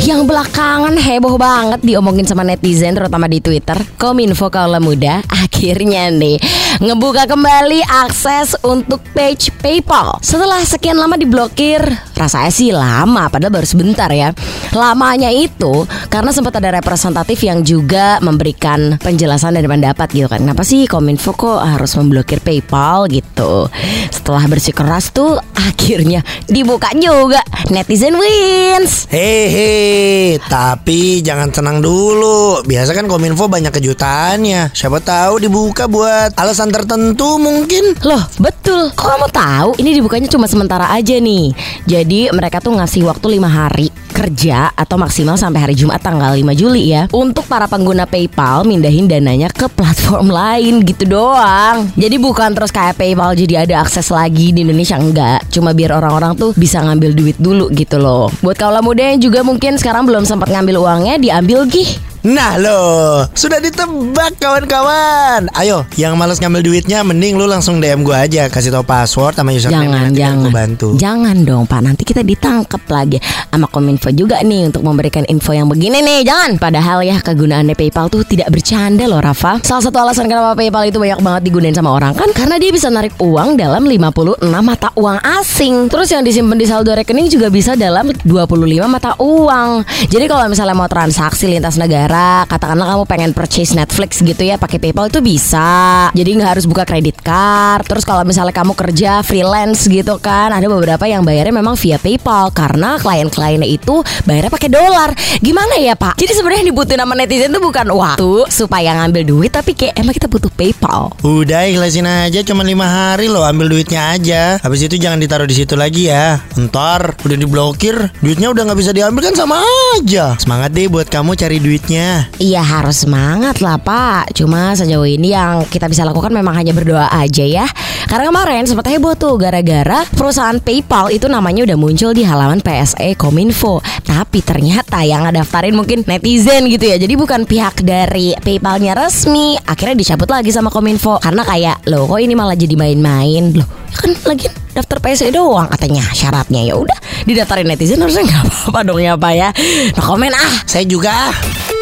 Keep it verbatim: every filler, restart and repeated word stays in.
Yang belakangan heboh banget diomongin sama netizen, terutama di Twitter, Kominfo Kaula Muda akhirnya nih ngebuka kembali akses untuk page PayPal. Setelah sekian lama diblokir, rasanya sih lama, padahal baru sebentar ya. Lamanya itu karena sempat ada representatif yang juga memberikan penjelasan dan pendapat gitu kan. Kenapa sih Kominfo kok harus memblokir PayPal gitu. Setelah bersikeras tuh akhirnya dibuka juga. Netizen wins. Hehe, tapi jangan tenang dulu. Biasa kan Kominfo banyak kejutannya. Siapa tahu dibuka buat alasan tertentu mungkin. Loh, betul. Kok kamu tahu? Ini dibukanya cuma sementara aja nih. Jadi mereka tuh ngasih waktu lima hari kerja atau maksimal sampai hari Jumat tanggal lima Juli ya, untuk para pengguna PayPal mindahin dananya ke platform lain gitu doang. Jadi bukan terus kayak PayPal jadi ada akses lagi di Indonesia, enggak. Cuma biar orang-orang tuh bisa ngambil duit dulu gitu loh. Buat kaula muda yang juga mungkin sekarang belum sempat ngambil uangnya, diambil gih. Nah loh, sudah ditebak kawan-kawan. Ayo, yang malas ngambil duitnya mending lu langsung D M gue aja, kasih tau password sama username. Jangan, nanti jangan, gue bantu. Jangan dong Pak, nanti kita ditangkap lagi sama Kominfo juga nih untuk memberikan info yang begini nih. Jangan. Padahal ya kegunaannya PayPal tuh tidak bercanda loh Rafa. Salah satu alasan kenapa PayPal itu banyak banget digunain sama orang kan karena dia bisa narik uang dalam lima puluh enam mata uang asing. Terus yang disimpan di saldo rekening juga bisa dalam dua puluh lima mata uang. Jadi kalau misalnya mau transaksi lintas negara, katakanlah kamu pengen purchase Netflix gitu ya, pakai PayPal itu bisa. Jadi nggak harus buka kredit card. Terus kalau misalnya kamu kerja freelance gitu kan, ada beberapa yang bayarnya memang via PayPal karena klien-kliennya itu bayarnya pakai dolar. Gimana ya Pak? Jadi sebenarnya yang dibutuhin sama netizen tuh bukan waktu supaya ngambil duit, tapi kayak emang kita butuh PayPal. Udah ikhlasin aja, cuma lima hari loh, ambil duitnya aja. Habis itu jangan ditaruh di situ lagi ya. Ntar udah diblokir, duitnya udah nggak bisa diambil kan sama aja. Semangat deh buat kamu cari duitnya. Iya harus semangat lah Pak. Cuma sejauh ini yang kita bisa lakukan memang hanya berdoa aja ya. Karena kemarin sempat heboh tuh gara-gara perusahaan PayPal itu namanya udah muncul di halaman P S E Kominfo. Tapi ternyata yang ngedaftarin mungkin netizen gitu ya. Jadi bukan pihak dari PayPalnya resmi. Akhirnya dicabut lagi sama Kominfo. Karena kayak loh kok ini malah jadi main-main. Loh kan lagi daftar P S E doang katanya syaratnya. Ya udah didaftarin netizen harusnya nggak apa-apa dong ya Pak ya. No komen ah. Saya juga.